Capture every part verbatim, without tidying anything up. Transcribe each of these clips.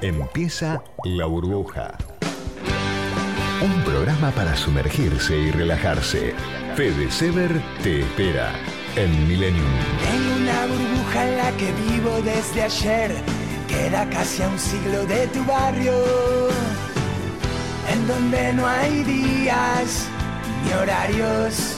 Empieza La Burbuja. Un programa para sumergirse y relajarse. Fede Sever te espera en Millennium. Tengo una burbuja en la que vivo desde ayer. Queda casi a un siglo de tu barrio, en donde no hay días ni horarios.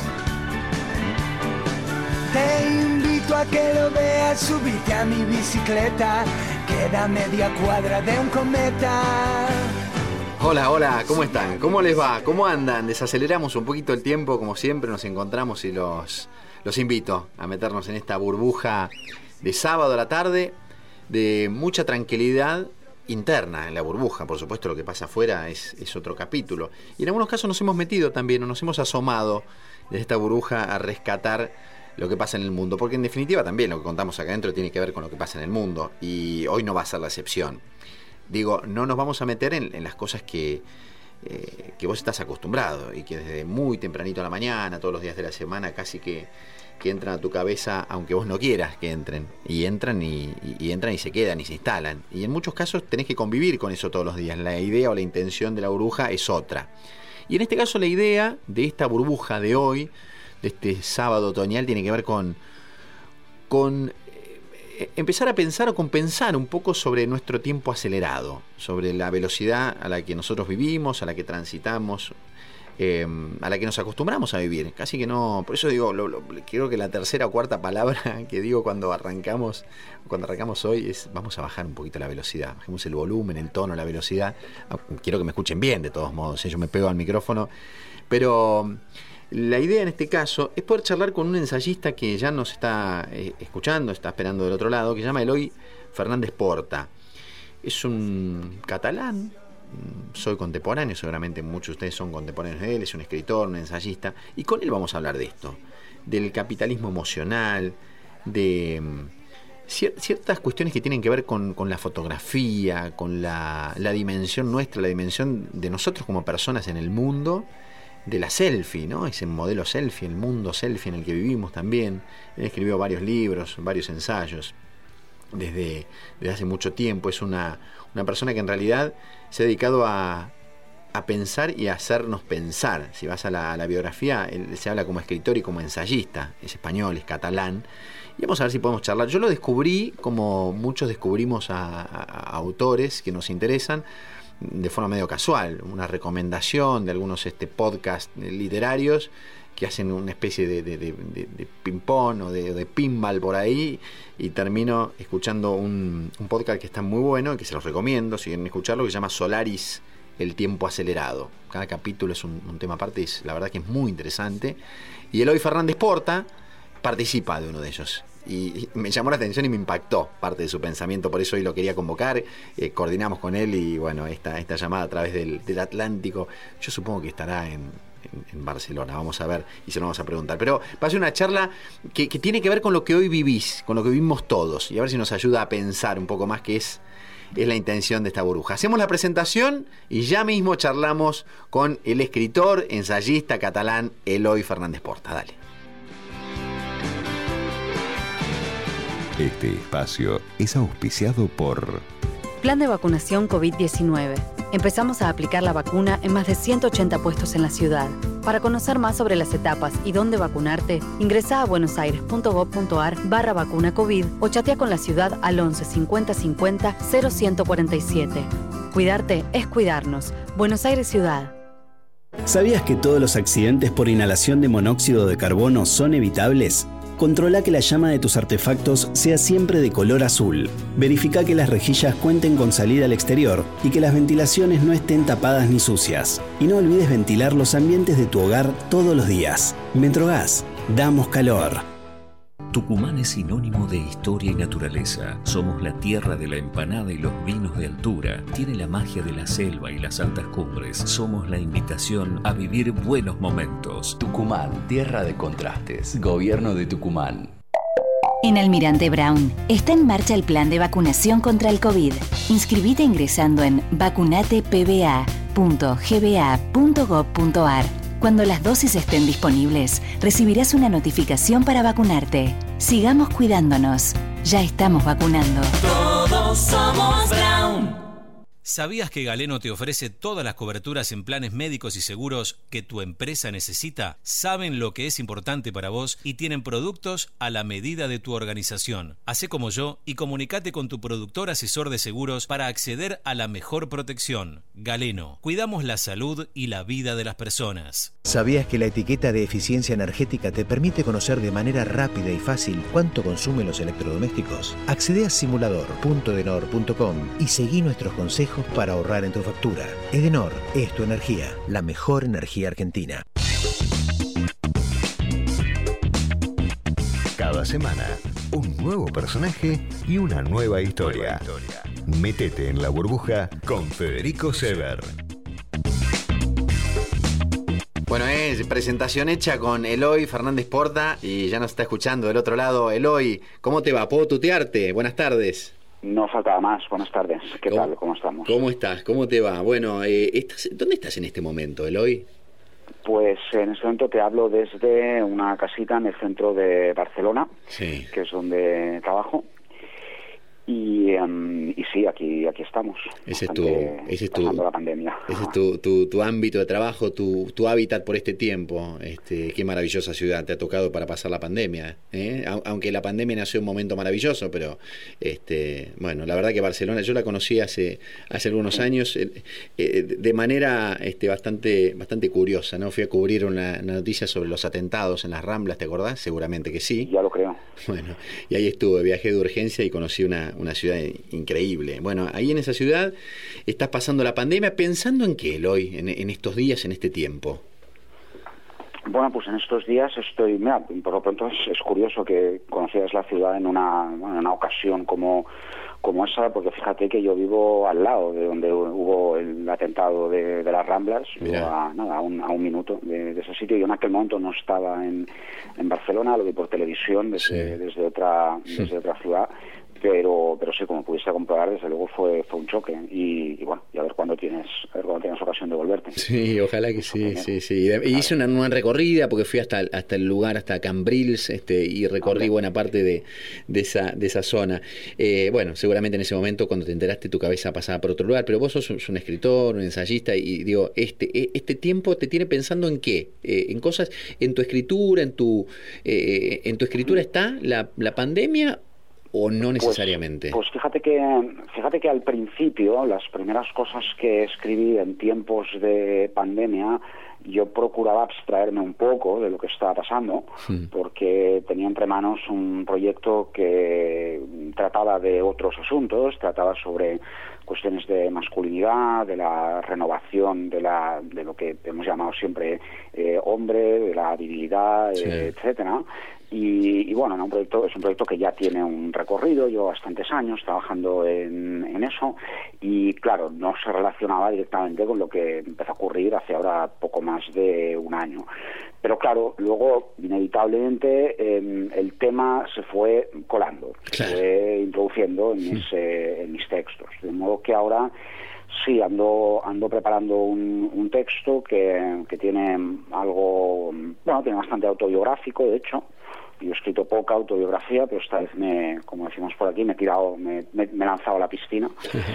Te invito a que lo veas, subite a mi bicicleta. Queda media cuadra de un cometa. Hola, hola, ¿cómo están? ¿Cómo les va? ¿Cómo andan? Desaceleramos un poquito el tiempo, como siempre nos encontramos y los, los invito a meternos en esta burbuja de sábado a la tarde, de mucha tranquilidad interna en la burbuja. Por supuesto, lo que pasa afuera es, es otro capítulo. Y en algunos casos nos hemos metido también, o nos hemos asomado de esta burbuja a rescatar lo que pasa en el mundo, porque en definitiva también lo que contamos acá adentro tiene que ver con lo que pasa en el mundo, y hoy no va a ser la excepción. Digo, no nos vamos a meter en, en las cosas que, eh, que vos estás acostumbrado y que desde muy tempranito a la mañana, todos los días de la semana, casi que, que entran a tu cabeza, aunque vos no quieras que entren, y entran y, y, y entran y se quedan y se instalan, y en muchos casos tenés que convivir con eso todos los días. La idea o la intención de la burbuja es otra, y en este caso la idea de esta burbuja de hoy, de este sábado otoñal, tiene que ver con, con eh, empezar a pensar o con pensar un poco sobre nuestro tiempo acelerado, sobre la velocidad a la que nosotros vivimos, a la que transitamos, eh, a la que nos acostumbramos a vivir. Casi que no, por eso digo, lo, lo, creo que la tercera o cuarta palabra que digo cuando arrancamos, cuando arrancamos hoy es: vamos a bajar un poquito la velocidad, bajemos el volumen, el tono, la velocidad. Quiero que me escuchen bien, de todos modos, ¿eh? Yo me pego al micrófono, pero la idea en este caso es poder charlar con un ensayista que ya nos está eh, escuchando, está esperando del otro lado, que se llama Eloi Fernández Porta. Es un catalán, soy contemporáneo, seguramente muchos de ustedes son contemporáneos de él, es un escritor, un ensayista, y con él vamos a hablar de esto, del capitalismo emocional, de cier- ciertas cuestiones que tienen que ver con, con la fotografía, con la, la dimensión nuestra, la dimensión de nosotros como personas en el mundo, de la selfie, ¿no? Ese modelo selfie, el mundo selfie en el que vivimos también. Él escribió varios libros, varios ensayos desde, desde hace mucho tiempo. Es una, una persona que en realidad se ha dedicado a, a pensar y a hacernos pensar. Si vas a la, a la biografía, él se habla como escritor y como ensayista. Es español, es catalán. Y vamos a ver si podemos charlar. Yo lo descubrí, como muchos descubrimos a, a, a autores que nos interesan, de forma medio casual, una recomendación de algunos este, podcasts literarios que hacen una especie de, de, de, de, de ping-pong o de, de pinball por ahí, y termino escuchando un, un podcast que está muy bueno y que se los recomiendo si quieren escucharlo, que se llama Solaris, el tiempo acelerado. Cada capítulo es un, un tema aparte, es, la verdad que es muy interesante, y Eloi Fernández Porta participa de uno de ellos. Y me llamó la atención y me impactó parte de su pensamiento, por eso hoy lo quería convocar. Eh, coordinamos con él y bueno, esta, esta llamada a través del, del Atlántico, yo supongo que estará en, en, en Barcelona, vamos a ver y se lo vamos a preguntar. Pero va a ser una charla que, que tiene que ver con lo que hoy vivís, con lo que vivimos todos, y a ver si nos ayuda a pensar un poco más, que es, es la intención de esta burbuja. Hacemos la presentación y ya mismo charlamos con el escritor, ensayista catalán Eloi Fernández Porta. Dale. Este espacio es auspiciado por Plan de vacunación COVID diecinueve. Empezamos a aplicar la vacuna en más de ciento ochenta puestos en la ciudad. Para conocer más sobre las etapas y dónde vacunarte, ingresá a buenosaires.gov.ar barra vacuna COVID o chatea con la ciudad al once cincuenta cincuenta cero ciento cuarenta y siete. Cuidarte es cuidarnos. Buenos Aires Ciudad. ¿Sabías que todos los accidentes por inhalación de monóxido de carbono son evitables? Controla que la llama de tus artefactos sea siempre de color azul. Verifica que las rejillas cuenten con salida al exterior y que las ventilaciones no estén tapadas ni sucias. Y no olvides ventilar los ambientes de tu hogar todos los días. Metrogas, damos calor. Tucumán es sinónimo de historia y naturaleza. Somos la tierra de la empanada y los vinos de altura. Tiene la magia de la selva y las altas cumbres. Somos la invitación a vivir buenos momentos. Tucumán, tierra de contrastes. Gobierno de Tucumán. En Almirante Brown está en marcha el plan de vacunación contra el COVID. Inscribite ingresando en vacunate p b a punto g b a punto gov punto a r. Cuando las dosis estén disponibles, recibirás una notificación para vacunarte. Sigamos cuidándonos. Ya estamos vacunando. Todos somos Brown. ¿Sabías que Galeno te ofrece todas las coberturas en planes médicos y seguros que tu empresa necesita? Saben lo que es importante para vos y tienen productos a la medida de tu organización. Hacé como yo y comunicate con tu productor asesor de seguros para acceder a la mejor protección. Galeno, cuidamos la salud y la vida de las personas. ¿Sabías que la etiqueta de eficiencia energética te permite conocer de manera rápida y fácil cuánto consumen los electrodomésticos? Accede a simulador punto edenor punto com y seguí nuestros consejos para ahorrar en tu factura. Edenor es tu energía, la mejor energía argentina. Cada semana, un nuevo personaje y una nueva historia. Métete en la burbuja con Federico Sever. Bueno, es presentación hecha con Eloy Fernández Porta y ya nos está escuchando del otro lado. Eloy, ¿cómo te va? ¿Puedo tutearte? Buenas tardes. No faltaba más. Buenas tardes. ¿Qué ¿Cómo, tal? ¿Cómo estamos? ¿Cómo estás? ¿Cómo te va? Bueno, eh, estás, ¿dónde estás en este momento, Eloy? Pues en este momento te hablo desde una casita en el centro de Barcelona, sí, que es donde trabajo. Y, um, y sí, aquí aquí estamos. Ese es tu, ese es tu, la pandemia. Ese es tu, tu, tu ámbito de trabajo, tu, tu hábitat por este tiempo. Este, qué maravillosa ciudad te ha tocado para pasar la pandemia, ¿eh? Aunque la pandemia nació en un momento maravilloso, pero este, bueno, la verdad que Barcelona, yo la conocí hace hace algunos años eh, eh, de manera este, bastante bastante curiosa, ¿no? Fui a cubrir una, una noticia sobre los atentados en las Ramblas, ¿te acordás? Seguramente que sí. Ya lo creo. Bueno, y ahí estuve, viajé de urgencia y conocí una una ciudad increíble. Bueno, ahí en esa ciudad estás pasando la pandemia. ¿Pensando en qué, Eloy, en, en estos días, en este tiempo? Bueno, pues en estos días estoy... Mira, por lo pronto es, es curioso que conocieras la ciudad en una, bueno, en una ocasión como, como esa, porque fíjate que yo vivo al lado de donde hubo el atentado de, de las Ramblas, a, nada, a, un, a un minuto de, de ese sitio. Yo en aquel momento no estaba en, en Barcelona, lo vi por televisión desde, sí. desde, otra, desde otra ciudad. Pero, pero sí, como pudiste comprobar, desde luego fue fue un choque y, y bueno, y a ver cuándo tienes a ver cuándo tienes ocasión de volverte. Sí, ojalá que sí, sí, sí. Y hice una nueva recorrida porque fui hasta hasta el lugar, hasta Cambrils, este, y recorrí okay. buena parte de, de esa de esa zona. Eh, bueno, seguramente en ese momento cuando te enteraste tu cabeza pasaba por otro lugar, pero vos sos un, un escritor, un ensayista y digo, este este tiempo te tiene pensando en qué, eh, en cosas, en tu escritura, en tu eh, en tu escritura está la la pandemia. ¿O no necesariamente? Pues, pues fíjate que fíjate que al principio, las primeras cosas que escribí en tiempos de pandemia, yo procuraba abstraerme un poco de lo que estaba pasando, sí. porque tenía entre manos un proyecto que trataba de otros asuntos, trataba sobre cuestiones de masculinidad, de la renovación de la de lo que hemos llamado siempre eh, hombre, de la virilidad, sí. eh, etcétera. Y, y bueno, era un proyecto, es un proyecto que ya tiene un recorrido, llevo bastantes años trabajando en, en eso y claro, no se relacionaba directamente con lo que empezó a ocurrir hace ahora poco más de un año. Pero claro, luego inevitablemente eh, el tema se fue colando, claro. se fue introduciendo en, sí. mis, eh, en mis textos, de modo que ahora sí, ando ando preparando un, un texto que, que tiene algo, bueno, tiene bastante autobiográfico, de hecho. Yo he escrito poca autobiografía, pero esta vez, me, como decimos por aquí, me he tirado, me, me, me he lanzado a la piscina.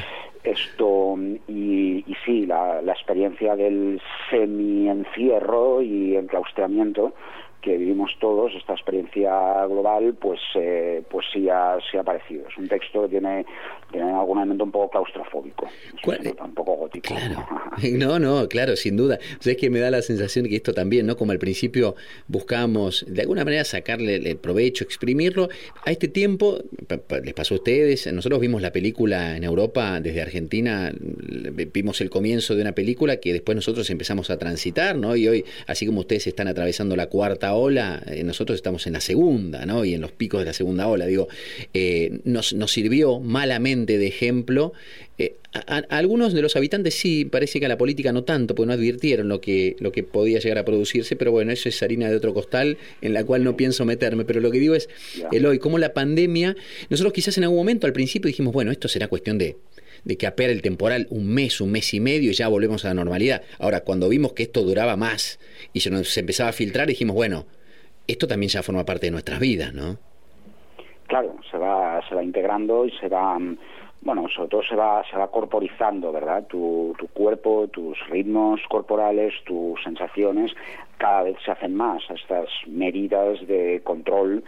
Esto y, y sí, la, la experiencia del semi-encierro y enclaustramiento que vivimos todos, esta experiencia global, pues eh, pues sí ha, sí ha aparecido. Es un texto que tiene, tiene algún elemento un poco claustrofóbico, un poco gótico. Claro. No, no, claro, sin duda. O sea, es que me da la sensación de que esto también, ¿no? Como al principio buscábamos de alguna manera sacarle el provecho, exprimirlo, a este tiempo, les pasó a ustedes, nosotros vimos la película en Europa desde Argentina, vimos el comienzo de una película que después nosotros empezamos a transitar, ¿no? Y hoy, así como ustedes están atravesando la cuarta ola, eh, nosotros estamos en la segunda, ¿no? Y en los picos de la segunda ola, digo, eh, nos, nos sirvió malamente de ejemplo. Eh, a, a algunos de los habitantes sí, parece que a la política no tanto, porque no advirtieron lo que, lo que podía llegar a producirse, pero bueno, eso es harina de otro costal en la cual no pienso meterme, pero lo que digo es, Eloy, cómo la pandemia, nosotros quizás en algún momento al principio dijimos, bueno, esto será cuestión de de que apera el temporal un mes, un mes y medio y ya volvemos a la normalidad. Ahora, cuando vimos que esto duraba más y se nos se empezaba a filtrar, dijimos, bueno, esto también ya forma parte de nuestras vidas, ¿no? Claro, se va se va integrando y se va bueno, sobre todo se va se va corporizando, ¿verdad? Tu, tu cuerpo, tus ritmos corporales, tus sensaciones cada vez se hacen más a estas medidas de control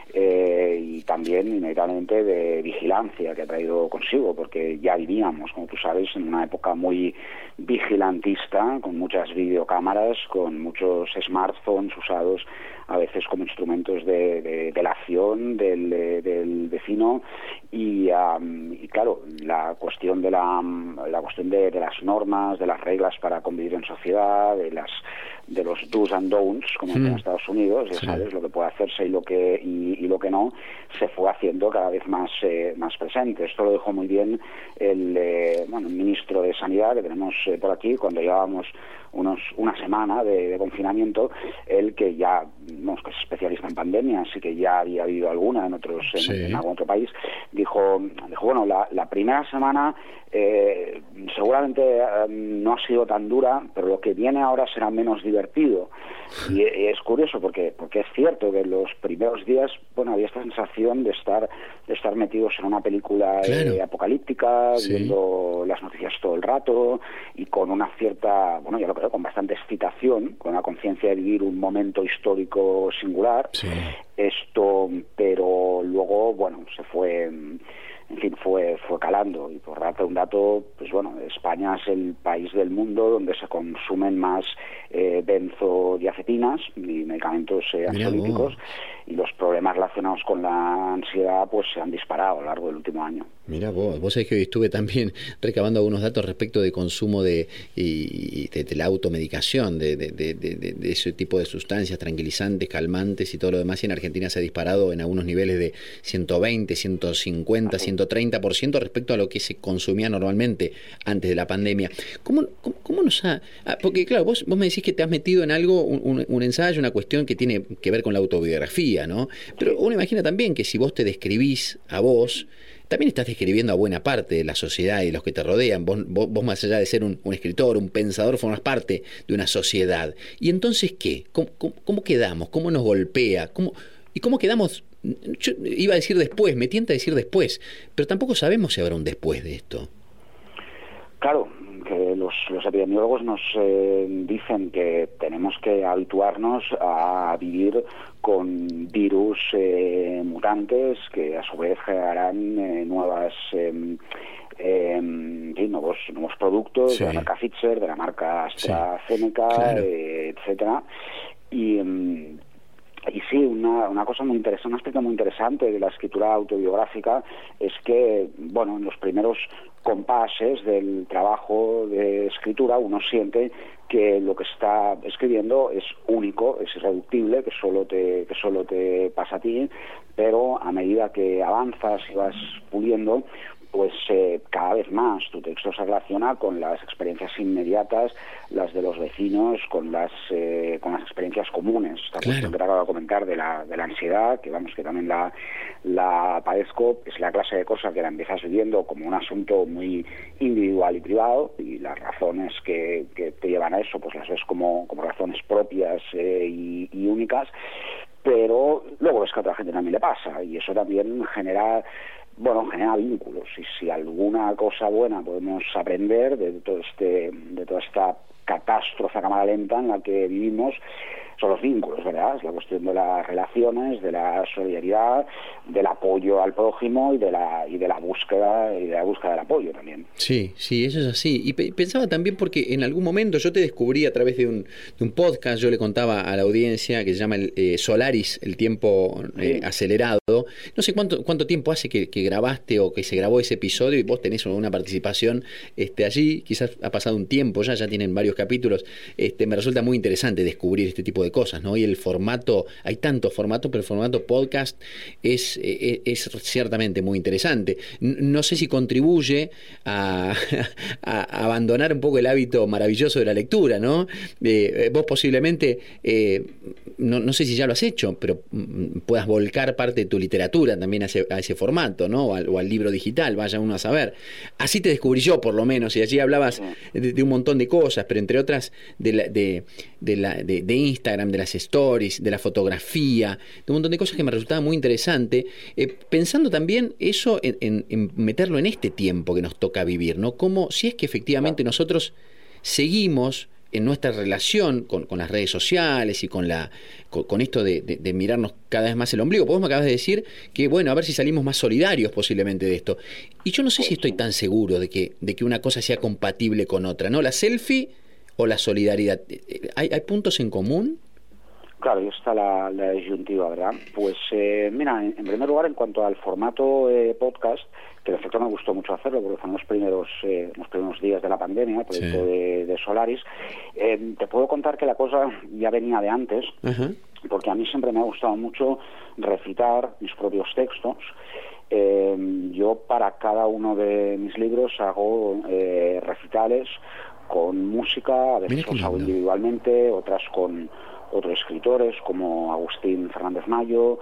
eh, y también inevitablemente de vigilancia que ha traído consigo, porque ya vivíamos, como tú sabes, en una época muy vigilantista, con muchas videocámaras, con muchos smartphones usados a veces como instrumentos de, de delación del, del vecino y, um, y claro, la cuestión de la, la cuestión de, de las normas, de las reglas para convivir en sociedad, de las de los do's and don'ts, como mm. en Estados Unidos, ya sí. sabes, lo que puede hacerse y lo que y, y lo que no, se fue haciendo cada vez más eh, más presente. Esto lo dejó muy bien el, eh, bueno, el ministro de Sanidad que tenemos eh, por aquí, cuando llevábamos unos una semana de, de confinamiento, él que ya, no, que es especialista en pandemias, así que ya había habido alguna en otros en, sí. en algún otro país, dijo, dijo bueno, la, la primera semana eh, seguramente eh, no ha sido tan dura, pero lo que viene ahora será menos divertido. Y, y es curioso porque porque es cierto que en los primeros días, bueno, había esta sensación de estar de estar metidos en una película claro. eh, apocalíptica, sí. viendo las noticias todo el rato y con una cierta, bueno, ya lo creo, con bastante excitación, con la conciencia de vivir un momento histórico singular. Sí. Esto, pero luego, bueno, se fue, en fin, fue fue calando. Y por darte un dato, pues bueno, España es el país del mundo donde se consumen más eh, benzodiazepinas y medicamentos eh, ansiolíticos, y los problemas relacionados con la ansiedad pues se han disparado a lo largo del último año. Mira vos, vos sabés que hoy estuve también recabando algunos datos respecto de consumo de, y, de, de la automedicación, de, de, de, de, de ese tipo de sustancias tranquilizantes, calmantes y todo lo demás, y en Argentina se ha disparado en algunos niveles de ciento veinte, ciento cincuenta, ciento treinta por ciento respecto a lo que se consumía normalmente antes de la pandemia. ¿Cómo, cómo, cómo nos ha...? Ah, porque claro, vos, vos me decís que te has metido en algo, un, un, un ensayo, una cuestión que tiene que ver con la autobiografía, ¿no? Pero uno imagina también que si vos te describís a vos, también estás describiendo a buena parte de la sociedad y de los que te rodean. Vos, vos, vos más allá de ser un, un escritor, un pensador, formas parte de una sociedad. ¿Y entonces qué? ¿Cómo, cómo, cómo quedamos? ¿Cómo nos golpea? ¿Cómo, ¿Y cómo quedamos? Yo iba a decir después, me tienta a decir después, pero tampoco sabemos si habrá un después de esto. Claro, que los, los epidemiólogos nos eh, dicen que tenemos que habituarnos a vivir con virus eh, mutantes que a su vez generarán eh, nuevas eh, eh, sí, nuevos nuevos productos sí. de la marca Pfizer, de la marca AstraZeneca, sí. claro. eh, etcétera. Y um, Y sí, una, una cosa muy interesante, un aspecto muy interesante de la escritura autobiográfica es que, bueno, en los primeros compases del trabajo de escritura uno siente que lo que está escribiendo es único, es irreductible, que solo te, que solo te pasa a ti, pero a medida que avanzas y vas puliendo, pues eh, cada vez más tu texto se relaciona con las experiencias inmediatas, las de los vecinos, con las eh, con las experiencias comunes. Esta claro. cuestión que te acabo de comentar de la, de la ansiedad, que vamos, que también la, la padezco, es la clase de cosas que la empiezas viviendo como un asunto muy individual y privado, y las razones que, que te llevan a eso, pues las ves como, como razones propias eh, y, y únicas, pero luego ves que a otra gente también le pasa, y eso también genera... bueno, genera vínculos, y si alguna cosa buena podemos aprender de todo este, de toda esta catástrofe a cámara lenta en la que vivimos, son los vínculos, ¿verdad? Es la cuestión de las relaciones, de la solidaridad, del apoyo al prójimo y de la y de la búsqueda y de la búsqueda del apoyo también. Sí, sí, eso es así. Y pe- pensaba también porque en algún momento yo te descubrí a través de un, de un podcast, yo le contaba a la audiencia, que se llama el, eh, Solaris, el tiempo eh, sí. acelerado. No sé cuánto cuánto tiempo hace que, que grabaste o que se grabó ese episodio, y vos tenés una participación este, allí, quizás ha pasado un tiempo ya, ya tienen varios capítulos. Este, me resulta muy interesante descubrir este tipo de cosas, ¿no? Y el formato, hay tantos formatos, pero el formato podcast es, es, es ciertamente muy interesante. No sé si contribuye a, a, a abandonar un poco el hábito maravilloso de la lectura, ¿no? Eh, vos posiblemente, eh, no, no sé si ya lo has hecho, pero puedas volcar parte de tu literatura literatura también a ese, a ese formato, ¿no? O al, o al libro digital, vaya uno a saber. Así te descubrí yo, por lo menos, y allí hablabas de, de un montón de cosas, pero entre otras de, la, de, de, la, de, de Instagram, de las stories, de la fotografía, de un montón de cosas que me resultaba muy interesante, eh, pensando también eso en, en, en meterlo en este tiempo que nos toca vivir, ¿no? Como si es que efectivamente nosotros seguimos en nuestra relación con, con las redes sociales y con la con, con esto de, de, de mirarnos cada vez más el ombligo. Vos me acabas de decir que, bueno, a ver si salimos más solidarios posiblemente de esto. Y yo no sé si estoy tan seguro de que, de que una cosa sea compatible con otra, ¿no? La selfie o la solidaridad. ¿Hay, hay puntos en común? Claro, ahí está la, la disyuntiva, ¿verdad? Pues eh, mira, en, en primer lugar, en cuanto al formato eh, podcast, que de efecto me gustó mucho hacerlo, porque fueron los primeros, eh, los primeros días de la pandemia, el proyecto sí. de, de Solaris, eh, te puedo contar que la cosa ya venía de antes, uh-huh. porque a mí siempre me ha gustado mucho recitar mis propios textos. Eh, yo para cada uno de mis libros hago eh, recitales con música, a veces los hago individualmente, otras con otros escritores como Agustín Fernández Mayo.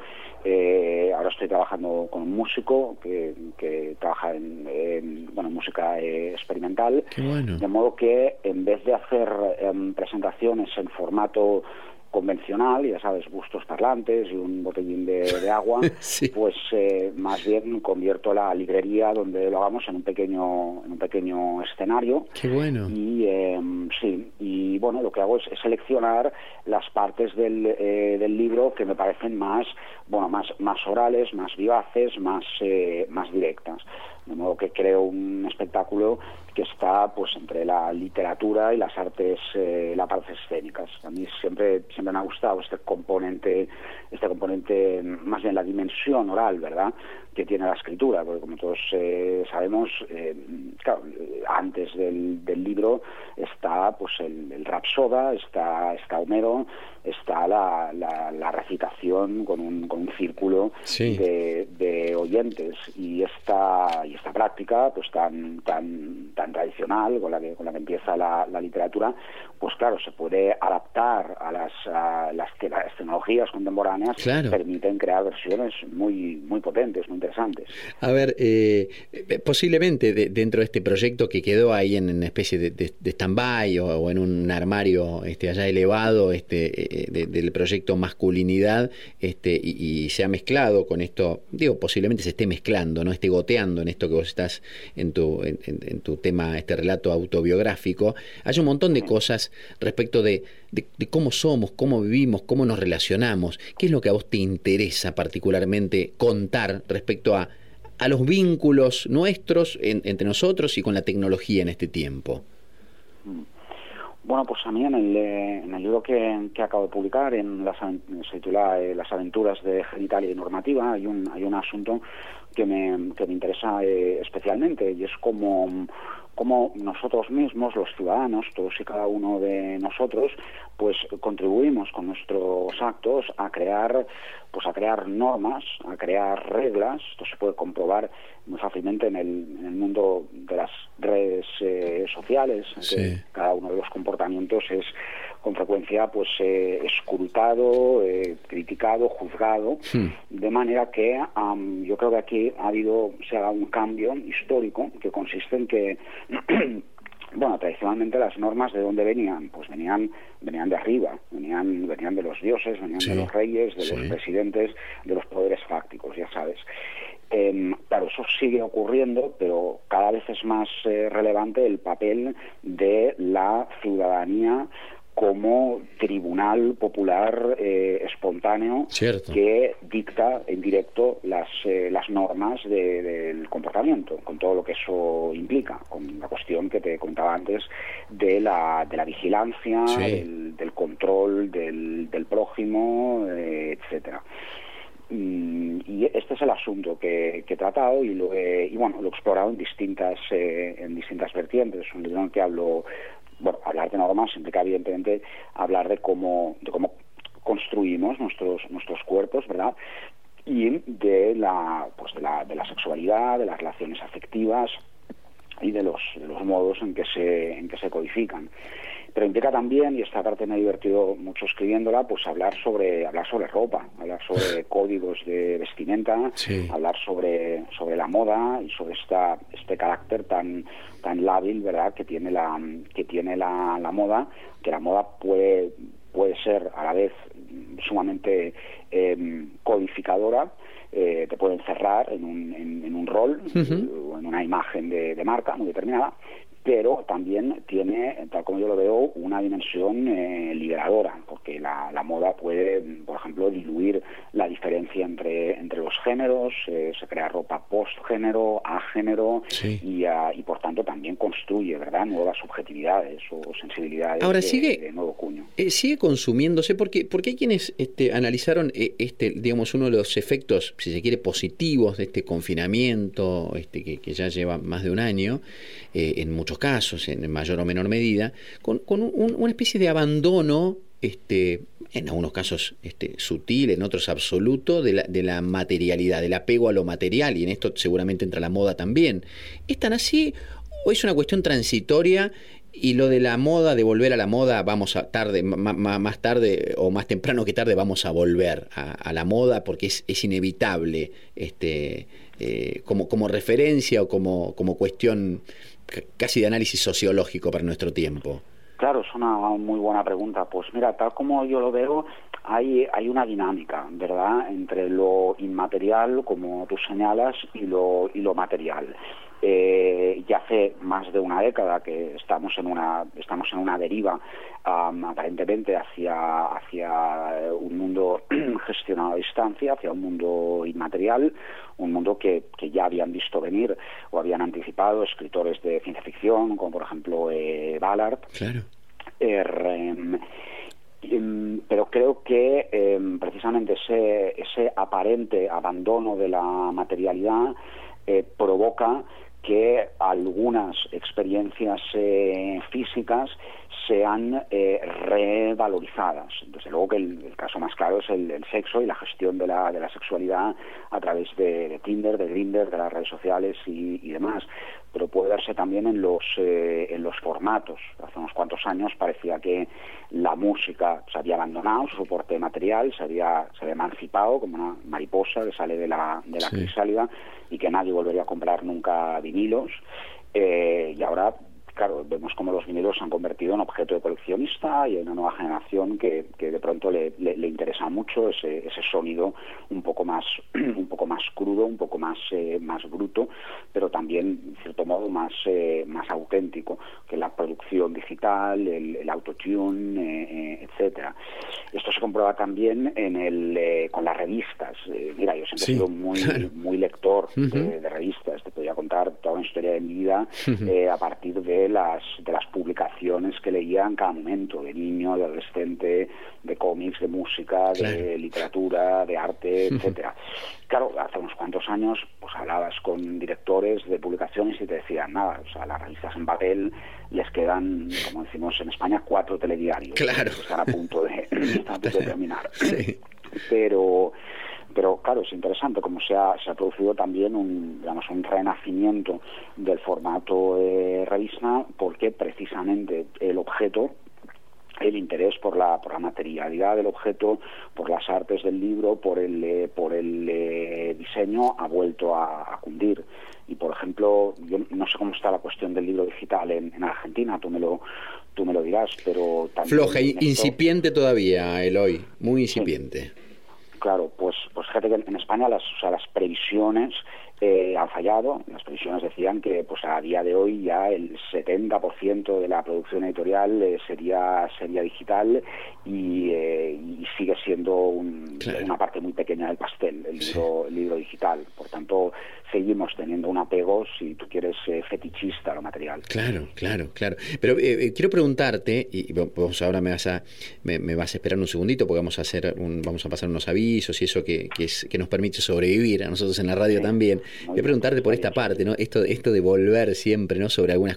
Eh, ahora estoy trabajando con un músico que, que trabaja en, en bueno, música eh, experimental. Qué bueno. De modo que en vez de hacer eh, presentaciones en formato convencional, ya sabes, bustos parlantes y un botellín de, de agua, sí. pues eh, más bien convierto la librería donde lo hagamos en un pequeño en un pequeño escenario. Qué bueno. Y eh, sí, y bueno, lo que hago es, es seleccionar las partes del, eh, del libro que me parecen más, bueno, más más orales, más vivaces, más eh, más directas. De modo que creo un espectáculo que está pues entre la literatura y las artes, eh, las artes escénicas. A mí siempre siempre me ha gustado este componente, este componente, más bien la dimensión oral, ¿verdad?, que tiene la escritura, porque como todos eh, sabemos, eh, claro, antes del, del libro está pues el, el Rapsoda, está, está Homero, está la, la, la recitación con un, con un círculo sí. de, de oyentes, y esta, y esta práctica pues tan, tan, tan tradicional con la que, con la que empieza la, la literatura, pues claro, se puede adaptar a las, a las, las tecnologías contemporáneas, claro. permiten crear versiones muy, muy potentes, muy interesantes. A ver, eh, posiblemente de, dentro de este proyecto que quedó ahí en una especie de, de, de stand-by o, o en un armario este, allá elevado este, eh, de, del proyecto Masculinidad, este, y, y se ha mezclado con esto, digo, posiblemente se esté mezclando, no esté goteando en esto que vos estás en tu, en, en tu tema, este relato autobiográfico. Hay un montón de cosas respecto de, de, de cómo somos, cómo vivimos, cómo nos relacionamos. ¿Qué es lo que a vos te interesa particularmente contar respecto a, a los vínculos nuestros en, entre nosotros y con la tecnología en este tiempo? Bueno, pues a mí en el, en el libro que, que acabo de publicar, en las, se titula eh, Las aventuras de Genitalia y Normativa, hay un, hay un asunto que me, que me interesa eh, especialmente, y es como, como nosotros mismos, los ciudadanos, todos y cada uno de nosotros, pues contribuimos con nuestros actos a crear, pues a crear normas, a crear reglas. Esto se puede comprobar muy fácilmente en el, en el mundo de las redes eh, sociales, sí. que cada uno de los comportamientos es con frecuencia pues eh, escrutado, eh, criticado, juzgado, sí. de manera que um, yo creo que aquí ha habido, se ha dado un cambio histórico que consiste en que bueno, tradicionalmente las normas, ¿de dónde venían? Pues venían venían de arriba, venían venían de los dioses, venían sí, de los reyes, de sí. los presidentes, de los poderes fácticos, ya sabes. Eh, claro, eso sigue ocurriendo, pero cada vez es más eh, relevante el papel de la ciudadanía como tribunal popular eh, espontáneo Cierto. que dicta en directo las eh, las normas de, del comportamiento, con todo lo que eso implica, con la cuestión que te contaba antes de la de la vigilancia, sí. del, del control del, del prójimo, eh, etcétera. Y, y este es el asunto que, que he tratado y lo he, y bueno, lo he explorado en distintas eh, en distintas vertientes. Es un libro en que hablo. Bueno, hablar de normas implica evidentemente hablar de cómo de cómo construimos nuestros nuestros cuerpos, ¿verdad? Y de la pues de la de la sexualidad, de las relaciones afectivas y de los de los modos en que se en que se codifican. pero implica también, y esta parte me ha divertido mucho escribiéndola, pues hablar sobre hablar sobre ropa, hablar sobre códigos de vestimenta, sí. hablar sobre sobre la moda y sobre esta este carácter tan tan lábil, ¿verdad?, que tiene la que tiene la, la moda, que la moda puede puede ser a la vez sumamente eh, codificadora. Eh, te puede encerrar en un, en, en un rol uh-huh. o en una imagen de, de marca muy determinada, pero también tiene, tal como yo lo veo, una dimensión eh, liberadora, porque la, la moda puede, por ejemplo, diluir la diferencia entre, entre los géneros, eh, se crea ropa post-género, a-género, sí. y, uh, y por tanto también construye, ¿verdad?, nuevas subjetividades o sensibilidades. Ahora, de, sigue, de nuevo cuño. Eh, sigue consumiéndose, porque, porque hay quienes este, analizaron eh, este, digamos, uno de los efectos, si se quiere, positivos de este confinamiento este, que, que ya lleva más de un año, eh, en muchos casos, en mayor o menor medida, con, con un, una especie de abandono, este, en algunos casos este, sutil, en otros absoluto, de la, de la materialidad, del apego a lo material, y en esto seguramente entra la moda también. ¿Es tan así o es una cuestión transitoria? Y lo de la moda, de volver a la moda, vamos a tarde, más, más tarde o más temprano que tarde vamos a volver a, a la moda, porque es, es inevitable, este, eh, como, como referencia o como, como cuestión casi de análisis sociológico para nuestro tiempo. Claro, es una muy buena pregunta. Pues mira, tal como yo lo veo, hay, hay una dinámica, ¿verdad?, entre lo inmaterial, como tú señalas, y lo, y lo material. Eh, ya hace más de una década que estamos en una estamos en una deriva um, aparentemente hacia hacia un mundo gestionado a distancia, hacia un mundo inmaterial, un mundo que, que ya habían visto venir o habían anticipado escritores de ciencia ficción, como por ejemplo eh, Ballard. Claro. Eh, eh, pero creo que eh, precisamente ese ese aparente abandono de la materialidad eh, provoca que algunas experiencias eh, físicas sean eh, revalorizadas. Desde luego que el, el caso más claro es el, el sexo y la gestión de la, de la sexualidad a través de, de Tinder, de Grindr, de las redes sociales y, y demás. Pero puede verse también en los eh, en los formatos. Hace unos cuantos años parecía que la música se había abandonado su soporte material, se había, se había emancipado como una mariposa que sale de la, de la sí. crisálida, y que nadie volvería a comprar nunca vinilos. Eh, y ahora, claro, vemos cómo los vinilos se han convertido en objeto de coleccionista, y hay una nueva generación que, que de pronto le, le, le interesa mucho ese, ese sonido un poco más un poco más crudo, un poco más eh, más bruto, pero también, en cierto modo, más eh, más auténtico que la producción digital, el, el autotune, eh, eh, etcétera. Esto se comprueba también en el eh, con las revistas. Eh, mira, yo siempre sí, he sido muy claro. muy lector uh-huh. de, de revistas. Te podría contar toda una historia de mi vida uh-huh. eh, a partir de las de las publicaciones que leía en cada momento, de niño, de adolescente, de cómics, de música, claro. de literatura, de arte, uh-huh. etcétera. Claro, hace unos cuantos años pues hablabas con directores de publicaciones y te decían nada, o sea, las revistas en papel les quedan, como decimos en España, cuatro telediarios. Claro. Que están a punto de, están a punto de terminar. Sí. Pero Pero claro, es interesante cómo se ha, se ha producido también un, digamos, un renacimiento del formato eh, revista, porque precisamente el objeto, el interés por la por la materialidad del objeto, por las artes del libro, por el eh, por el eh, diseño, ha vuelto a, a cundir. Y por ejemplo, yo no sé cómo está la cuestión del libro digital en, en Argentina, tú me lo tú me lo dirás, pero también floja, esto... incipiente todavía, Eloy, muy incipiente. Sí. Claro, pues pues fíjate que en España las o sea, las previsiones eh, han fallado. Las previsiones decían que pues a día de hoy ya el setenta por ciento de la producción editorial eh, sería sería digital, y, eh, y sigue siendo un, claro. una parte muy pequeña del pastel, el libro, sí. el libro digital. Por tanto, seguimos teniendo un apego, si tú quieres, eh, fetichista a lo material. Claro, claro, claro. Pero eh, quiero preguntarte, y vos ahora me vas a me, me vas a esperar un segundito, porque vamos a hacer un, vamos a pasar unos avisos y eso que, que, es, que nos permite sobrevivir a nosotros en la radio sí. también. Voy a preguntarte por esta parte, ¿no? Esto, esto de volver siempre, ¿no? Sobre algunas cuestiones,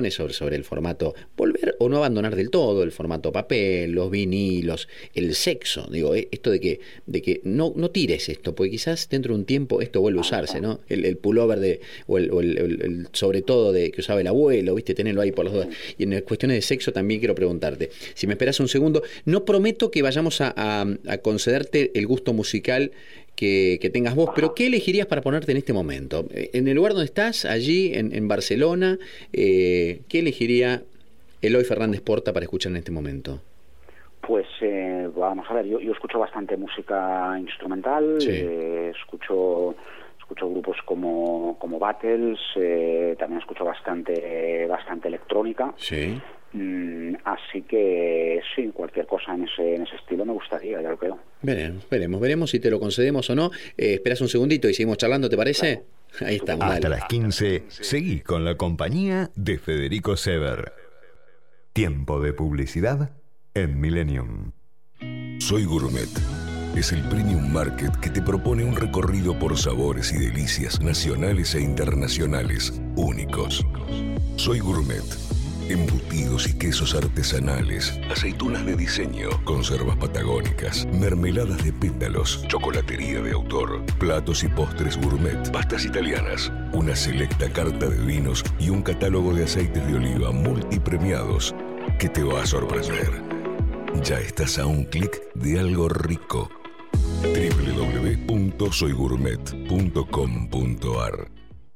reflexiones sobre, sobre el formato, volver o no abandonar del todo el formato papel, los vinilos, el sexo, digo, eh, esto de que, de que no, no tires esto, porque quizás dentro de un tiempo esto vuelve a usarse, ¿no? El, el pullover de, o el, o el, el, el sobre todo de que usaba el abuelo, ¿viste? Tenerlo ahí por las dudas. Y en cuestiones de sexo también quiero preguntarte, si me esperas un segundo, no prometo que vayamos a, a, a concederte el gusto musical Que, que tengas vos, pero ¿qué elegirías para ponerte en este momento? En el lugar donde estás, allí en, en Barcelona, eh, ¿qué elegiría Eloy Fernández Porta para escuchar en este momento? Pues eh, vamos a ver, yo, yo escucho bastante música instrumental, sí. eh, escucho escucho grupos como, como Battles, eh, también escucho bastante bastante electrónica. Sí. Mm, así que sí, cualquier cosa en ese, en ese estilo me gustaría, ya lo creo. Veremos, veremos, veremos si te lo concedemos o no. Eh, esperas un segundito y seguimos charlando, ¿te parece? Claro. Ahí estamos. Hasta dale. las quince, seguí con la compañía de Federico Sever. Tiempo de publicidad en Millennium. Soy Gourmet. Es el premium market que te propone un recorrido por sabores y delicias nacionales e internacionales únicos. Soy Gourmet. Embutidos y quesos artesanales, aceitunas de diseño, conservas patagónicas, mermeladas de pétalos, chocolatería de autor, platos y postres gourmet, pastas italianas, una selecta carta de vinos y un catálogo de aceites de oliva multipremiados que te va a sorprender. Ya estás a un clic de algo rico. doble u doble u doble u punto soy gourmet punto com punto a r.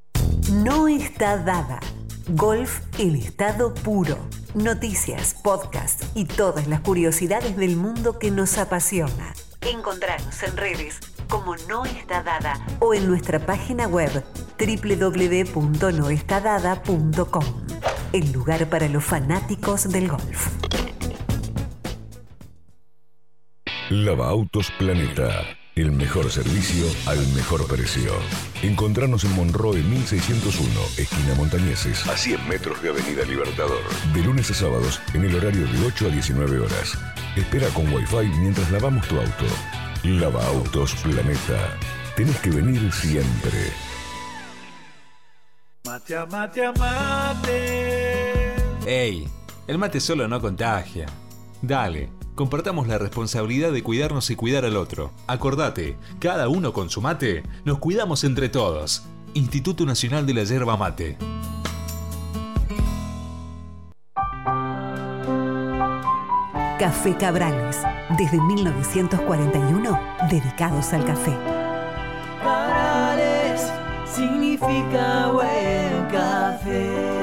No está dada. Golf en estado puro. Noticias, podcasts y todas las curiosidades del mundo que nos apasiona. Encontranos en redes como No Está Dada o en nuestra página web doble u doble u doble u punto no está dada punto com. El lugar para los fanáticos del golf. Lavaautos Planeta. El mejor servicio al mejor precio. Encontrarnos en Monroe mil seiscientos uno, esquina Montañeses, a cien metros de Avenida Libertador. De lunes a sábados, en el horario de ocho a diecinueve horas. Espera con Wi-Fi mientras lavamos tu auto. Lavaautos Planeta. Tenés que venir siempre. Mate a mate a mate. Ey, el mate solo no contagia. Dale. Compartamos la responsabilidad de cuidarnos y cuidar al otro. Acordate, cada uno con su mate, nos cuidamos entre todos. Instituto Nacional de la Yerba Mate. Café Cabrales, desde mil novecientos cuarenta y uno, dedicados al café. Cabrales significa buen café.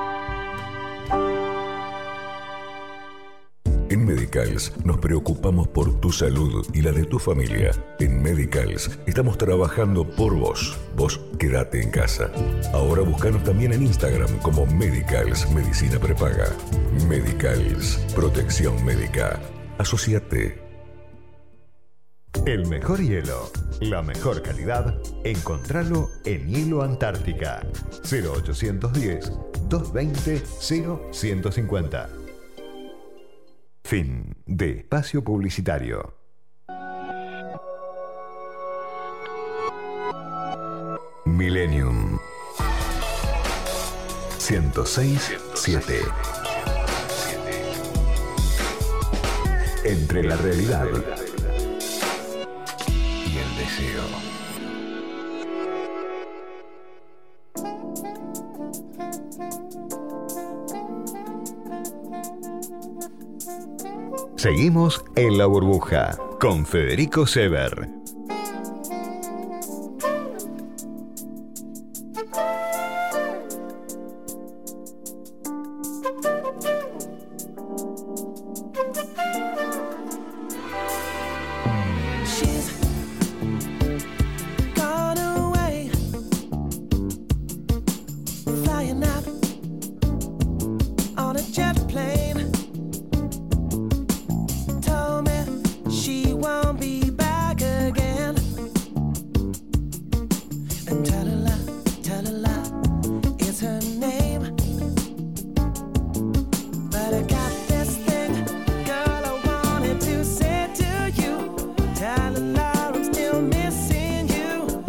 En Medicals nos preocupamos por tu salud y la de tu familia. En Medicals estamos trabajando por vos. Vos quédate en casa. Ahora búscanos también en Instagram como Medicals Medicina Prepaga. Medicals, protección médica. Asociate. El mejor hielo, la mejor calidad, encontralo en Hielo Antártica. cero ochocientos diez, doscientos veinte, cero ciento cincuenta. Fin de espacio publicitario. Millennium ciento seis punto siete. Entre la realidad y el deseo. Seguimos en La Burbuja con Federico Sever.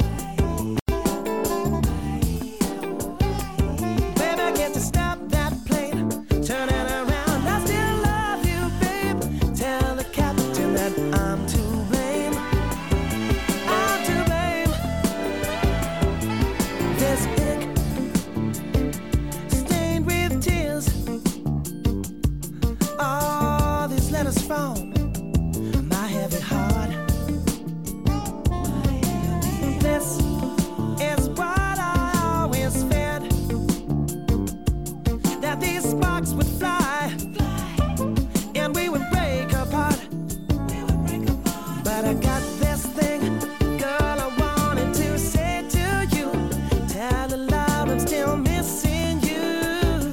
Stop that play. these sparks would fly, and we would break apart. But I got this thing, girl, I wanted to say to you. Tell the love I'm still missing you.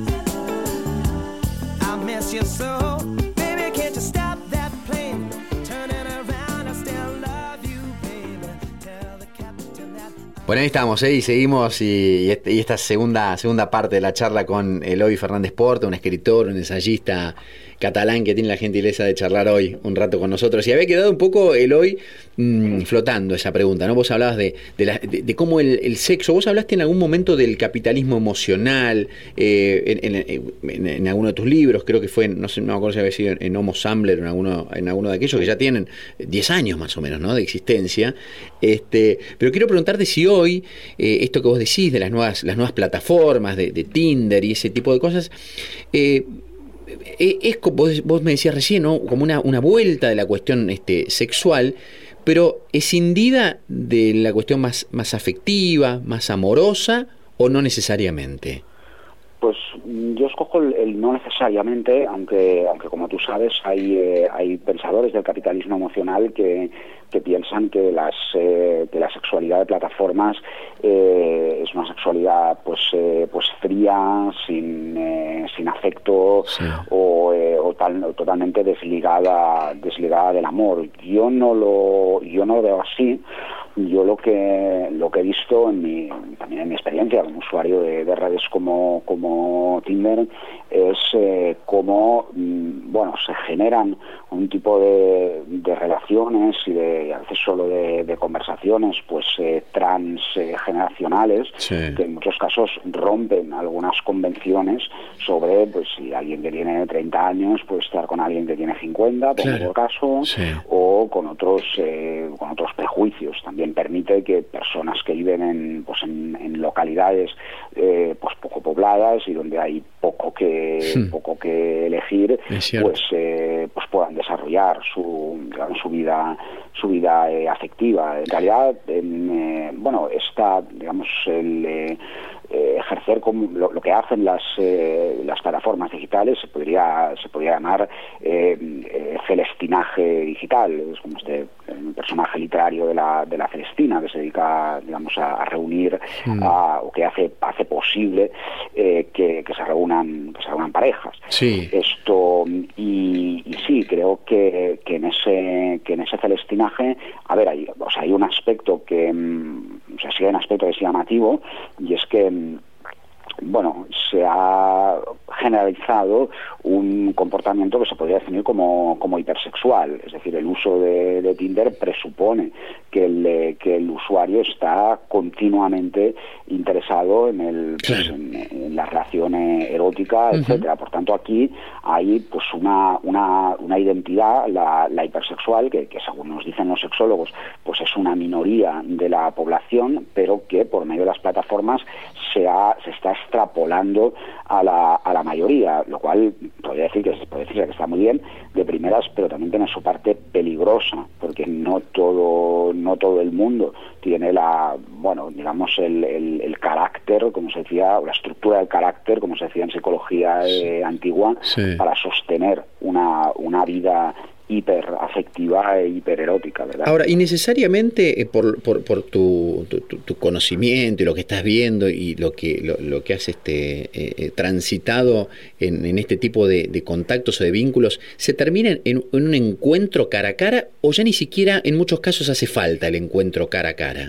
I miss you so. Baby, can't you stop that plane? Turning around, I still love you, baby. Tell the captain that. Bueno, ahí estamos, ¿eh? Y seguimos y, y, este, y esta segunda, segunda parte de la charla con Eloy Fernández Porta, un escritor, un ensayista catalán que tiene la gentileza de charlar hoy un rato con nosotros. Y había quedado un poco, Eloy, mmm, flotando esa pregunta, ¿no? Vos hablabas de, de, la, de, de cómo el, el sexo, vos hablaste en algún momento del capitalismo emocional, eh, en, en, en, en alguno de tus libros, creo que fue, no sé, no me acuerdo si había sido en, en Homo Sampler o en alguno, en alguno de aquellos que ya tienen diez años más o menos, ¿no? De existencia. Este, pero quiero preguntarte si hoy, eh, esto que vos decís de las nuevas, las nuevas plataformas, de, de Tinder y ese tipo de cosas, eh, es como vos, vos me decías recién, ¿no? Como una, una vuelta de la cuestión este, sexual, pero escindida de la cuestión más, más afectiva, más amorosa, o no necesariamente. Pues yo escojo el, el no necesariamente, aunque aunque como tú sabes hay eh, hay pensadores del capitalismo emocional que, que piensan que las eh, que la sexualidad de plataformas eh, es una sexualidad pues eh, pues fría, sin eh, sin afecto, sí. o, eh, o, tal, o totalmente desligada desligada del amor. Yo no lo yo no lo veo así. Yo lo que lo que he visto en mi, también en mi experiencia como usuario de, de redes como como Tinder es eh, cómo mm, bueno se generan un tipo de, de relaciones y de a veces solo de, de conversaciones pues eh, transgeneracionales, sí. que en muchos casos rompen algunas convenciones sobre pues si alguien que tiene treinta años puede estar con alguien que tiene cincuenta, por claro. caso, sí. o con otros eh, con otros prejuicios. También permite que personas que viven en pues en, en localidades eh, pues poco pobladas y donde hay poco que sí. poco que elegir, pues eh, pues puedan desarrollar su digamos, su vida su vida eh, afectiva. En realidad, en, eh, bueno, esta digamos el eh, eh, ejercer como lo, lo que hacen las eh, las plataformas digitales se podría se podría llamar eh, eh, celestinaje digital. Es como este un personaje literario de la de la Celestina que se dedica digamos a, a reunir mm. a, o que hace hace posible eh, que, que se reúnan que se reúnan parejas. Sí. Esto y, y sí creo que, que en ese que en ese celestinaje a ver hay o sea hay un aspecto que o sea sí hay un aspecto que es llamativo y es que bueno, se ha generalizado un comportamiento que se podría definir como, como hipersexual, es decir, el uso de, de Tinder presupone que el, que el usuario está continuamente interesado en, el, pues, en, en la relación erótica, uh-huh. etcétera. Por tanto, aquí hay pues una, una, una identidad, la, la hipersexual, que, que según nos dicen los sexólogos, pues es una minoría de la población, pero que por medio de las plataformas se, ha, se está extrapolando a la, a la mayoría, lo cual podría decir que se puede decir que está muy bien de primeras, pero también tiene su parte peligrosa, porque no todo no todo el mundo tiene la bueno digamos el, el, el carácter, como se decía, o la estructura del carácter, como se decía en psicología eh, sí. antigua, sí. para sostener una una vida hiperafectiva e hipererótica, ¿verdad? Ahora, y necesariamente eh, por, por, por tu, tu, tu conocimiento y lo que estás viendo y lo que lo, lo que has este eh, transitado en, en este tipo de, de contactos o de vínculos, ¿se termina en, en un encuentro cara a cara o ya ni siquiera en muchos casos hace falta el encuentro cara a cara?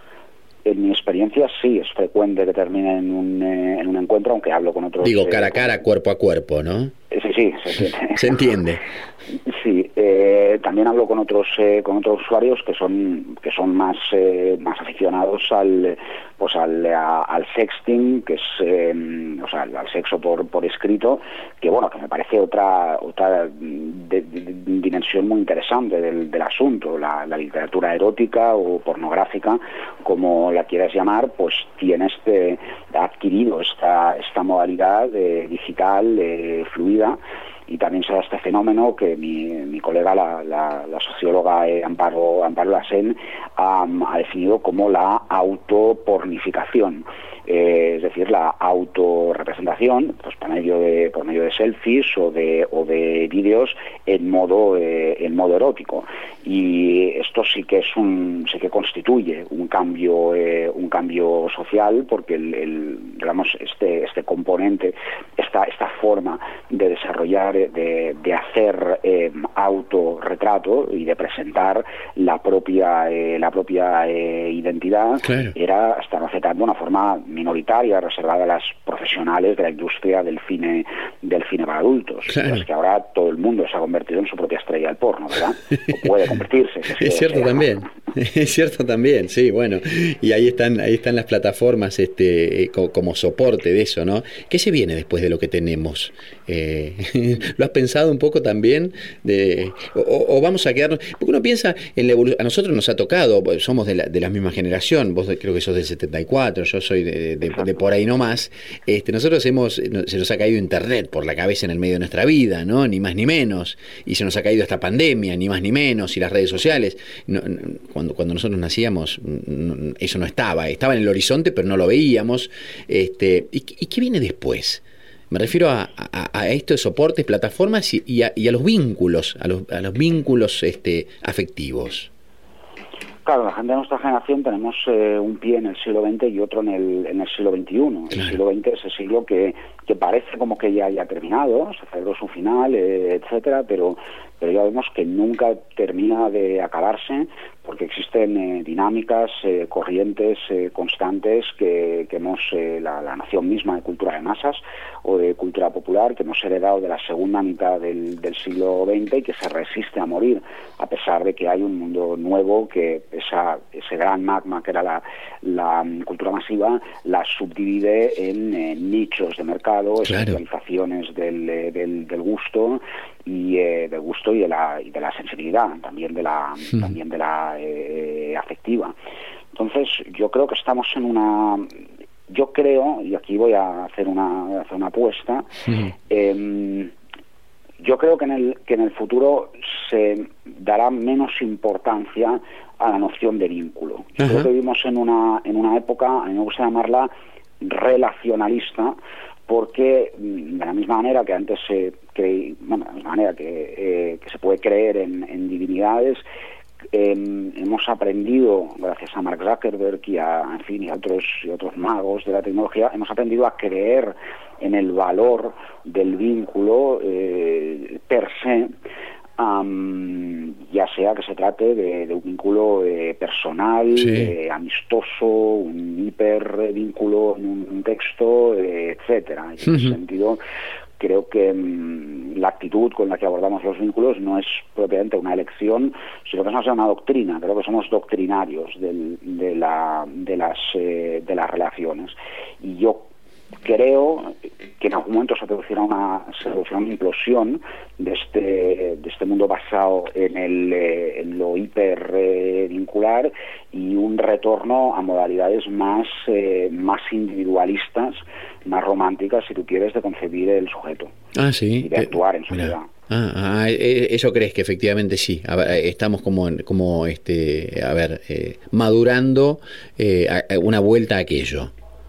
En mi experiencia sí, es frecuente que termine en un, eh, en un encuentro, aunque hablo con otros... Digo, cara a cara, cuerpo a cuerpo, ¿no? Sí, sí, se entiende. Se entiende. Sí, eh, también hablo con otros eh, con otros usuarios que son que son más eh, más aficionados al pues al, a, al sexting, que es eh, o sea al, al sexo por por escrito, que bueno que me parece otra otra de, de, de dimensión muy interesante del, del asunto. La, la literatura erótica o pornográfica, como la quieras llamar, pues tiene este ha adquirido esta esta modalidad de, digital eh, fluida. Y también se da este fenómeno que mi, mi colega, la, la, la socióloga eh, Amparo, Amparo Lassen, um, ha definido como la autopornificación. eh, es decir, la autorrepresentación, pues por medio de por medio de selfies o de o de vídeos en modo eh, en modo erótico. Y esto sí que es un sí que constituye un cambio eh, un cambio social, porque el, el digamos este este componente, esta esta forma de desarrollar, de, de hacer eh, autorretrato y de presentar la propia eh, la propia eh, identidad, claro, era hasta no hace tanto una forma minoritaria, reservada a las profesionales de la industria del cine del cine para adultos. Claro. Es que ahora todo el mundo se ha convertido en su propia estrella del porno, ¿verdad? O puede convertirse. Es, es cierto sea. también, es cierto también, sí, bueno, y ahí están ahí están las plataformas este como, como soporte de eso, ¿no? ¿Qué se viene después de lo que tenemos? Eh, ¿Lo has pensado un poco también? De, o, o vamos a quedarnos, porque uno piensa en la evolución, a nosotros nos ha tocado, somos de la, de la misma generación, vos creo que sos del setenta y cuatro, yo soy de, de, de por ahí nomás, este, nosotros hemos, se nos ha caído internet por la cabeza en el medio de nuestra vida, ¿no? Ni más ni menos, y se nos ha caído esta pandemia, ni más ni menos, y las redes sociales, no, no, cuando, cuando nosotros nacíamos, no, eso no estaba, estaba en el horizonte, pero no lo veíamos, este, ¿y, y qué viene después? Me refiero a, a, a estos soportes, plataformas y, y, a, y a los vínculos, a los, a los vínculos este, afectivos. Claro, la gente de nuestra generación tenemos eh, un pie en el siglo veinte y otro en el, en el siglo veintiuno. Claro. El siglo veinte es el siglo que, que parece como que ya haya terminado, se celebró su final, eh, etcétera, pero, pero ya vemos que nunca termina de acabarse, porque existen eh, dinámicas, eh, corrientes eh, constantes que, que hemos, eh, la, la nación misma de cultura de masas o de cultura popular, que hemos heredado de la segunda mitad del, del siglo veinte y que se resiste a morir, a pesar de que hay un mundo nuevo que esa, ese gran magma que era la, la um, cultura masiva la subdivide en eh, nichos de mercado, especializaciones claro. del, eh, del, del gusto y eh, del gusto y de la y de la sensibilidad, también de la sí. también de la eh, afectiva. Entonces yo creo que estamos en una yo creo y aquí voy a hacer una hacer una apuesta sí. eh, yo creo que en el que en el futuro se dará menos importancia a la noción de vínculo. Yo creo que vivimos en una en una época, a mí me gusta llamarla relacionalista, porque de la misma manera que antes se creí, bueno, de la misma manera que, eh, que se puede creer en, en divinidades, eh, hemos aprendido, gracias a Mark Zuckerberg y a, en fin, y a otros y otros magos de la tecnología, hemos aprendido a creer en el valor del vínculo eh, per se. Um, ya sea que se trate de, de un vínculo eh, personal, sí. eh, amistoso, un hipervínculo en un, un texto, eh, etcétera. En uh-huh. ese sentido, creo que um, la actitud con la que abordamos los vínculos no es propiamente una elección, sino que es más una doctrina. Creo que somos doctrinarios del, de, la, de, las, eh, de las relaciones. Y yo creo que en algún momento se producirá una, se producirá una implosión de este, de este mundo basado en, el, eh, en lo hiper eh, vincular y un retorno a modalidades más, eh, más individualistas, más románticas, si tú quieres, de concebir el sujeto ah, sí. y de actuar eh, en sociedad. Ah, ah, eso crees que efectivamente sí. A ver, estamos como, como este, a ver, eh, madurando eh, a, a una vuelta a aquello.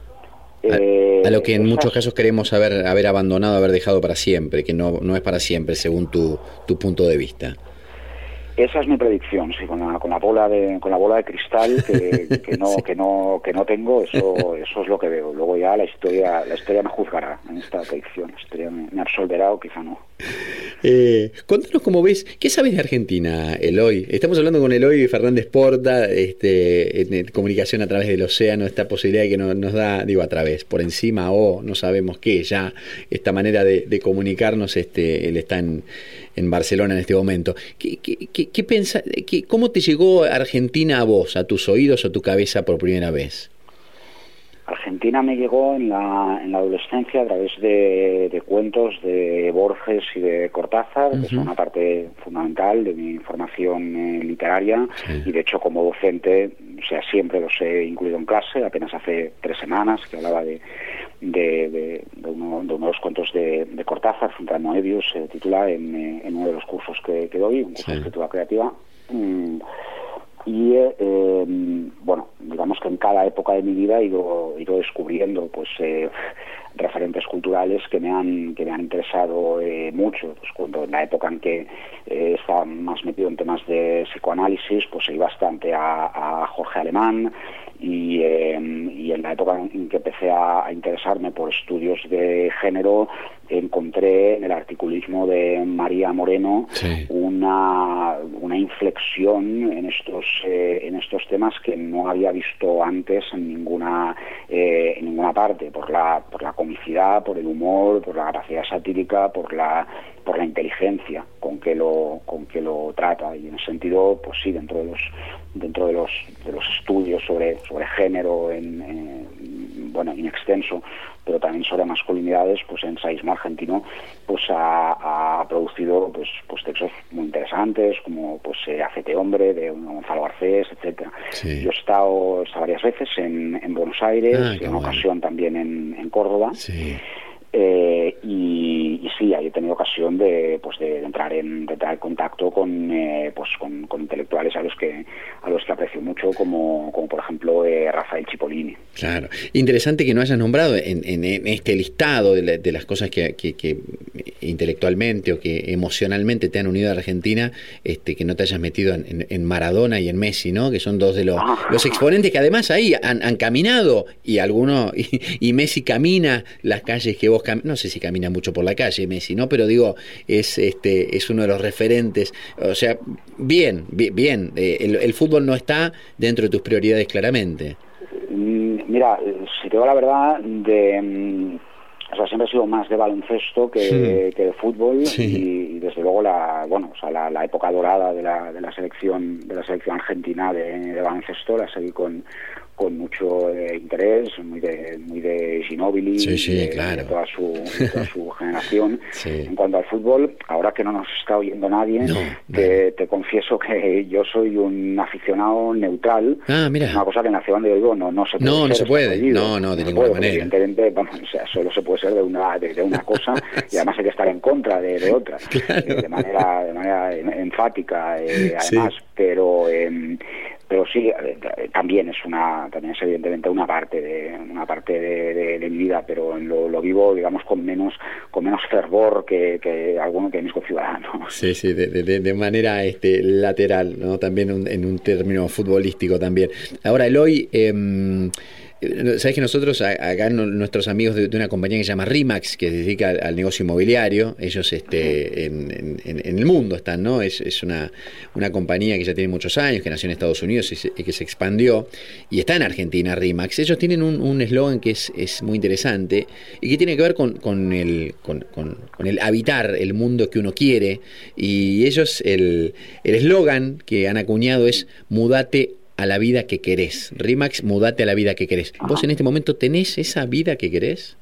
A, a lo que en muchos casos queremos haber, haber abandonado, haber dejado para siempre, que no, no es para siempre según tu, tu punto de vista. Esa es mi predicción, sí, con la, con la bola de con la bola de cristal que, que no sí. que no que no tengo, eso eso es lo que veo. Luego ya la historia la historia me juzgará en esta predicción, la historia me, me absolverá o quizá no. Eh, cuéntanos cómo ves, ¿qué sabes de Argentina, Eloy? Estamos hablando con Eloy Fernández Porta, este, en, en comunicación a través del océano, esta posibilidad que no, nos da, digo, a través, por encima o no sabemos qué, ya esta manera de, de comunicarnos, este, él está en, en Barcelona en este momento. ¿Qué, qué, qué, qué pensa, qué, ¿Cómo te llegó Argentina a vos, a tus oídos o a tu cabeza por primera vez? Argentina me llegó en la, en la adolescencia a través de, de cuentos de Borges y de Cortázar, uh-huh. que son una parte fundamental de mi formación eh, literaria, sí. y de hecho como docente, o sea, siempre los he incluido en clase. Apenas hace tres semanas que hablaba de, de, de, de, uno, de uno de los cuentos de, de Cortázar, Fintra Moebius, se titula en, en uno de los cursos que, que doy, un curso sí. de escritura creativa. Mm, y eh, bueno, digamos que en cada época de mi vida he ido, he ido descubriendo pues eh, referentes culturales que me han que me han interesado eh, mucho. Pues cuando en la época en que eh, estaba más metido en temas de psicoanálisis, pues seguí bastante a, a Jorge Alemán, y, eh, y en la época en que empecé a, a interesarme por estudios de género, encontré en el articulismo de María Moreno sí. una, una inflexión en estos eh, en estos temas que no había visto antes en ninguna eh, en ninguna parte, por la por la comicidad, por el humor, por la capacidad satírica, por la por la inteligencia con que lo con que lo trata. Y en ese sentido, pues sí, dentro de los dentro de los de los estudios sobre sobre género en, en bueno in extenso, pero también sobre masculinidades, pues Ensaísmo Argentino pues ha, ha producido pues pues textos muy interesantes, como pues eh, Hacete Hombre, de Gonzalo Garcés, etcétera. Sí. Yo he estado, he estado varias veces en, en Buenos Aires, ah, en una bueno. ocasión también en, en Córdoba. Sí. Eh, y, y sí, ahí he tenido ocasión de pues de, de entrar en de entrar en contacto con eh, pues con, con intelectuales a los que a los que aprecio mucho, como como por ejemplo eh, Rafael Cipollini. Claro, interesante que no hayas nombrado en, en, en este listado de, la, de las cosas que, que, que intelectualmente o que emocionalmente te han unido a Argentina, este, que no te hayas metido en, en Maradona y en Messi, ¿no? Que son dos de los, ah. los exponentes que además ahí han, han caminado, y alguno y, y Messi camina las calles que vos no sé si camina mucho por la calle Messi, ¿no? Pero digo, es este es uno de los referentes. O sea, bien, bien, eh, el, el fútbol no está dentro de tus prioridades, claramente. Mira, si te digo la verdad, de o sea, siempre he sido más de baloncesto que, sí. que de fútbol, sí. y, y desde luego la bueno, o sea, la, la época dorada de la, de la selección de la selección argentina de, de baloncesto la seguí con con mucho eh, interés, muy de muy de Ginóbili, sí, sí, de, claro. de toda su de toda su generación. Sí. En cuanto al fútbol, ahora que no nos está oyendo nadie, no, te, no. te confieso que yo soy un aficionado neutral. Ah, mira. Una cosa que en la ciudad donde vivo no, no se puede No, ser, no se puede. No, no, de no ninguna puede, manera. Evidentemente, vamos, o sea, solo se puede ser de una de, de una cosa y además hay que estar en contra de, de otra, claro. eh, de manera de manera enfática, eh, además, sí. pero eh, pero sí, eh, también es una también es evidentemente una parte de una parte de, de, de mi vida, pero lo, lo vivo, digamos, con menos con menos fervor que, que alguno que mis conciudadanos. Sí, sí, de, de, de manera este lateral, ¿no? También un, en un término futbolístico también. Ahora, Eloy, eh, sabes que nosotros acá nuestros amigos de, de una compañía que se llama RIMAX, que se dedica al, al negocio inmobiliario, ellos este en, en, en el mundo están, ¿no? Es, es una, una compañía que ya tiene muchos años, que nació en Estados Unidos y, se, y que se expandió y está en Argentina, RIMAX. Ellos tienen un eslogan que es, es muy interesante y que tiene que ver con, con, el, con, con, con el habitar el mundo que uno quiere, y ellos el eslogan que han acuñado es mudate a la vida que querés. RIMAX, mudate a la vida que querés. ¿Vos en este momento tenés esa vida que querés?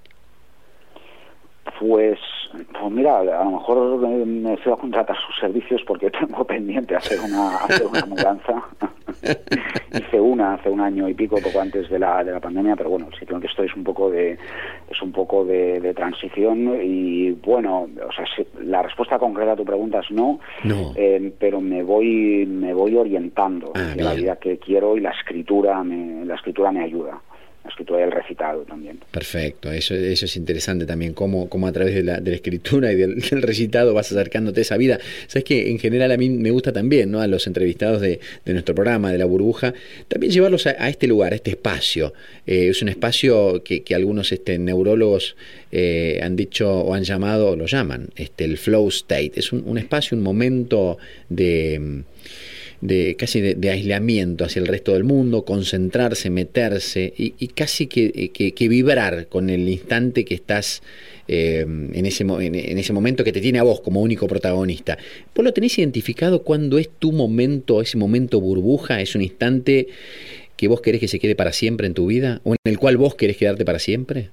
Pues, pues mira, a lo mejor me fui a contratar sus servicios porque tengo pendiente hacer una, hacer una mudanza. Hice una hace un año y pico, poco antes de la de la pandemia, pero bueno, el sitio en que estoy es un poco de es un poco de, de transición y bueno, o sea, si, la respuesta concreta a tu pregunta es no, no. Eh, pero me voy me voy orientando ah, hacia la vida que quiero, y la escritura me la escritura me ayuda. La escritura y el recitado también. Perfecto, eso, eso es interesante también, cómo, cómo a través de la, de la escritura y del, del recitado vas acercándote a esa vida. Sabes que en general a mí me gusta también, ¿no? A los entrevistados de, de nuestro programa, de La Burbuja, también llevarlos a, a este lugar, a este espacio. Eh, es un espacio que, que algunos este, neurólogos eh, han dicho o han llamado, o lo llaman, este, el flow state. Es un, un espacio, un momento de... de casi de, de aislamiento hacia el resto del mundo, concentrarse, meterse y, y casi que, que, que vibrar con el instante que estás eh, en, ese, en, en ese momento que te tiene a vos como único protagonista. ¿Vos lo tenés identificado cuándo es tu momento, ese momento burbuja? ¿Es un instante que vos querés que se quede para siempre en tu vida? ¿O en el cual vos querés quedarte para siempre?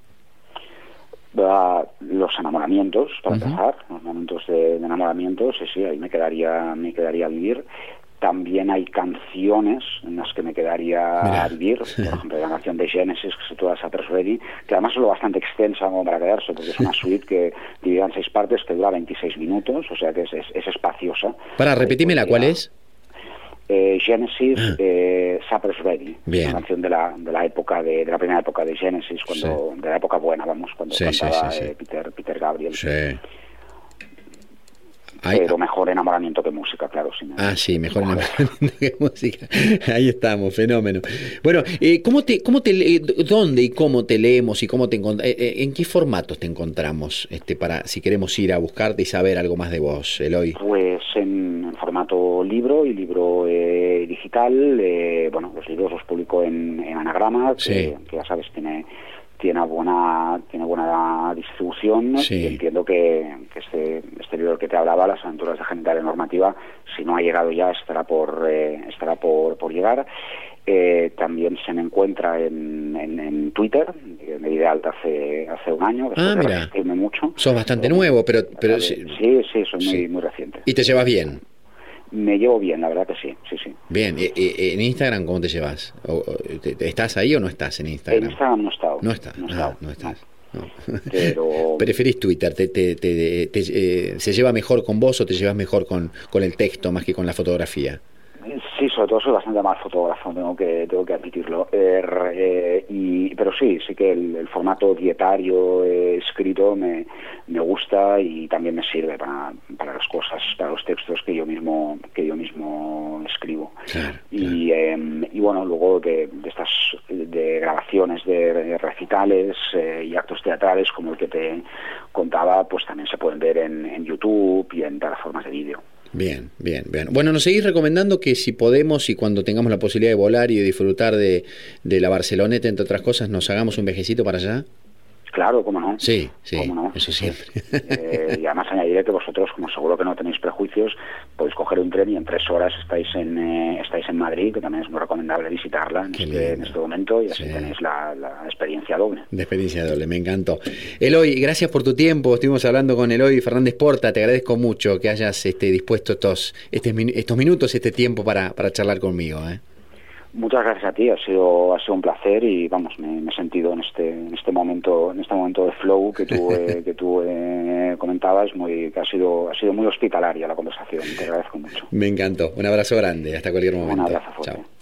Uh, los enamoramientos, para uh-huh. empezar, los momentos de, de enamoramiento, sí, sí, ahí me quedaría, me quedaría a vivir. También hay canciones en las que me quedaría Mira. a vivir, por ejemplo la canción de Genesis, que se titula Supper's Ready, que además es lo bastante extensa como para quedarse, porque es una suite que dividida en seis partes, que dura veintiséis minutos, o sea que es, es, es espaciosa. Para, repetímela, ¿cuál es? eh, Genesis, ah. eh, Supper's Ready, Bien. una canción de la, de la época de, de la primera época de Genesis, cuando Sí. de la época buena, vamos, cuando Sí, cantaba sí, sí, sí. eh, Peter, Peter Gabriel. Sí. Pero mejor enamoramiento que música, claro. Si no, Ah, sí, mejor enamoramiento que música. Ahí estamos, fenómeno. Bueno, eh, ¿cómo te, cómo te, eh, dónde y cómo te leemos y cómo te encont- eh, eh, en qué formatos te encontramos, este, para si queremos ir a buscarte y saber algo más de vos, Eloy? Pues en, en formato libro y libro eh, digital. Eh, bueno, los libros los publico en, en Anagrama, que, Sí. que ya sabes, tiene tiene buena tiene buena distribución. Sí. Y entiendo que, que este, este libro que te hablaba, Las aventuras de Genitalia Normativa, si no ha llegado ya, estará por eh, estará por, por llegar. Eh, también se me encuentra en, en, en Twitter, me di de alta hace, hace un año, después Ah, de mira. resistirme mucho. Sos bastante nuevo, pero... pero Sí, sí. sí, soy muy, Sí. muy reciente. ¿Y te llevas bien? Me llevo bien, la verdad que sí, sí, sí. Bien, eh, eh, ¿en Instagram cómo te llevas? ¿O, o, te- te- ¿Estás ahí o no estás en Instagram? En Instagram no he estado. No estás, no he ah, estado, no estás. No. Pero ¿Preferís Twitter? ¿Te, te, te- te- eh, ¿Se lleva mejor con vos o te llevas mejor con, con el texto más que con la fotografía? sí, sobre todo soy bastante mal fotógrafo, tengo que tengo que admitirlo. Eh, eh, y, pero sí, sí que el, el formato dietario eh, escrito me, me gusta y también me sirve para, para las cosas, para los textos que yo mismo que yo mismo escribo. Claro, y, eh, y bueno, luego de, de estas de grabaciones de, de recitales eh, y actos teatrales como el que te contaba, pues también se pueden ver en, en YouTube y en plataformas de vídeo. Bien, bien, bien. Bueno, nos seguís recomendando que si podemos y cuando tengamos la posibilidad de volar y de disfrutar de, de la Barceloneta, entre otras cosas, nos hagamos un viajecito para allá. Claro, cómo no. Sí, sí, ¿Cómo no? eso siempre. Eh, y además añadiré que vosotros, como seguro que no tenéis prejuicios, podéis coger un tren y en tres horas estáis en eh, estáis en Madrid, que también es muy recomendable visitarla en, este, en este momento, y así Sí. tenéis la, la experiencia doble. De experiencia doble, me encantó. Eloy, gracias por tu tiempo. Estuvimos hablando con Eloy Fernández Porta. Te agradezco mucho que hayas este, dispuesto estos, este, estos minutos, este tiempo para, para charlar conmigo. ¿eh? Muchas gracias a ti, ha sido ha sido un placer y vamos, me, me he sentido en este en este momento en este momento de flow que tú eh, que tú eh, comentabas, muy que ha sido ha sido muy hospitalaria la conversación. Te agradezco mucho. Me encantó. Un abrazo grande. Hasta cualquier momento. Un abrazo fuerte. Chao.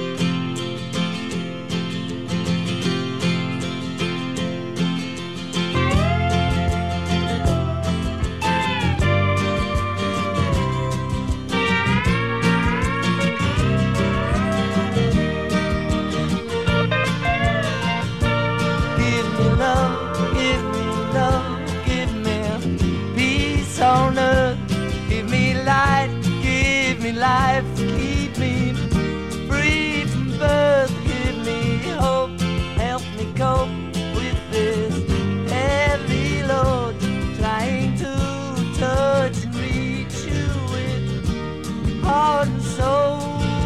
Give me love, give me love, give me peace on earth. Give me light, give me life, keep me free from birth. Give me hope, help me cope with this heavy load. Trying to touch and reach you with heart and soul.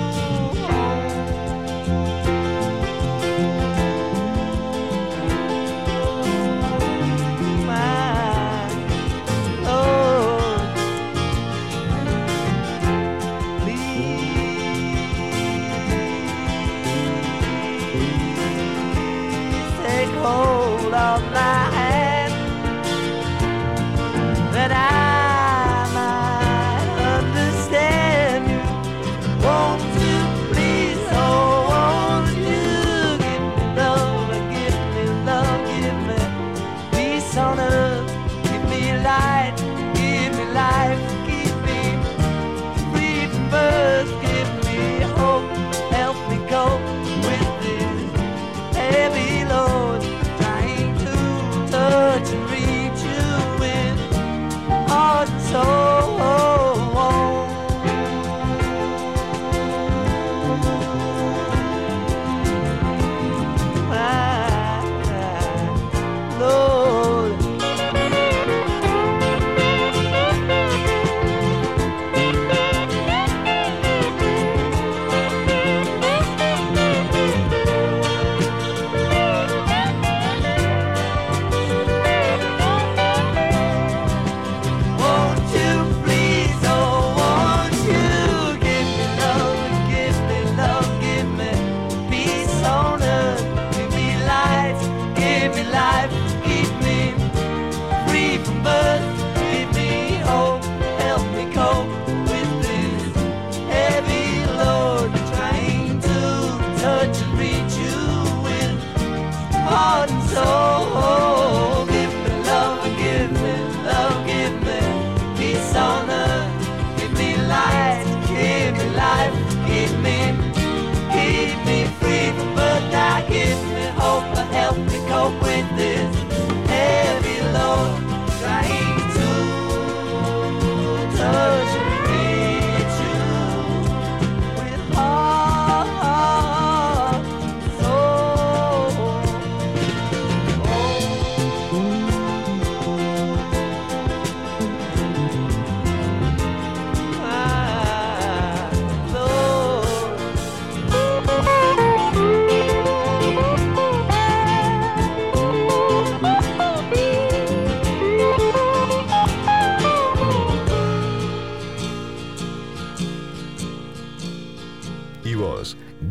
Take hold of my hand that I might understand you. Won't you please, oh, won't you give me love, give me love, give me peace on earth, give me light, give me life, keep me free from birth, give me hope, help me cope with this heavy load, trying to touch and reach you with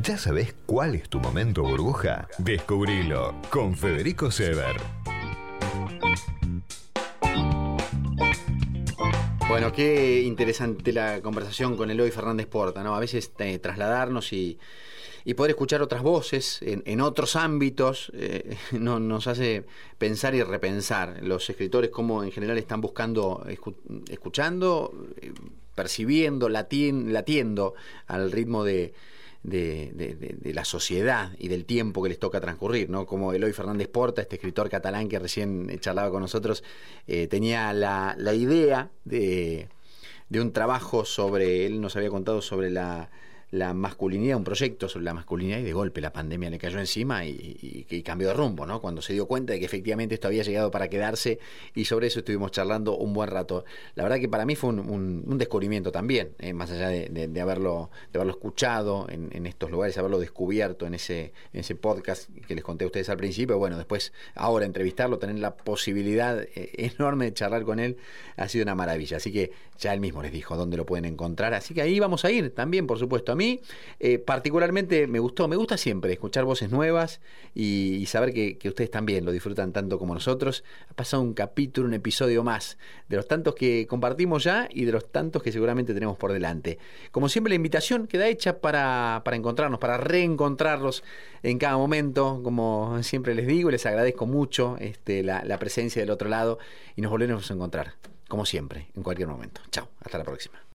¿Ya sabés cuál es tu momento burbuja? Descubrilo con Federico Sever. Bueno, qué interesante la conversación con Eloy Fernández Porta, ¿no? A veces eh, trasladarnos y, y poder escuchar otras voces en, en otros ámbitos eh, no, nos hace pensar y repensar. Los escritores cómo en general están buscando, escu escuchando, eh, percibiendo, latien latiendo al ritmo de... De, de, de, de la sociedad y del tiempo que les toca transcurrir, ¿no? Como Eloy Fernández Porta, este escritor catalán que recién charlaba con nosotros, eh, tenía la, la idea de, de un trabajo sobre, él nos había contado sobre la, la masculinidad, un proyecto sobre la masculinidad, y de golpe la pandemia le cayó encima y, y, y cambió de rumbo, ¿no? Cuando se dio cuenta de que efectivamente esto había llegado para quedarse, y sobre eso estuvimos charlando un buen rato. La verdad que para mí fue un, un, un descubrimiento también, eh, más allá de, de, de, haberlo, de haberlo escuchado en, en estos lugares, haberlo descubierto en ese, en ese podcast que les conté a ustedes al principio. Bueno, después, ahora entrevistarlo, tener la posibilidad eh, enorme de charlar con él, ha sido una maravilla. Así que ya él mismo les dijo dónde lo pueden encontrar. Así que ahí vamos a ir también, por supuesto. A mí eh, particularmente me gustó, me gusta siempre escuchar voces nuevas y, y saber que, que ustedes también lo disfrutan tanto como nosotros. Ha pasado un capítulo, un episodio más de los tantos que compartimos ya y de los tantos que seguramente tenemos por delante. Como siempre, la invitación queda hecha para, para encontrarnos, para reencontrarlos en cada momento. Como siempre les digo, les agradezco mucho este, la, la presencia del otro lado, y nos volveremos a encontrar como siempre en cualquier momento. Chao, hasta la próxima.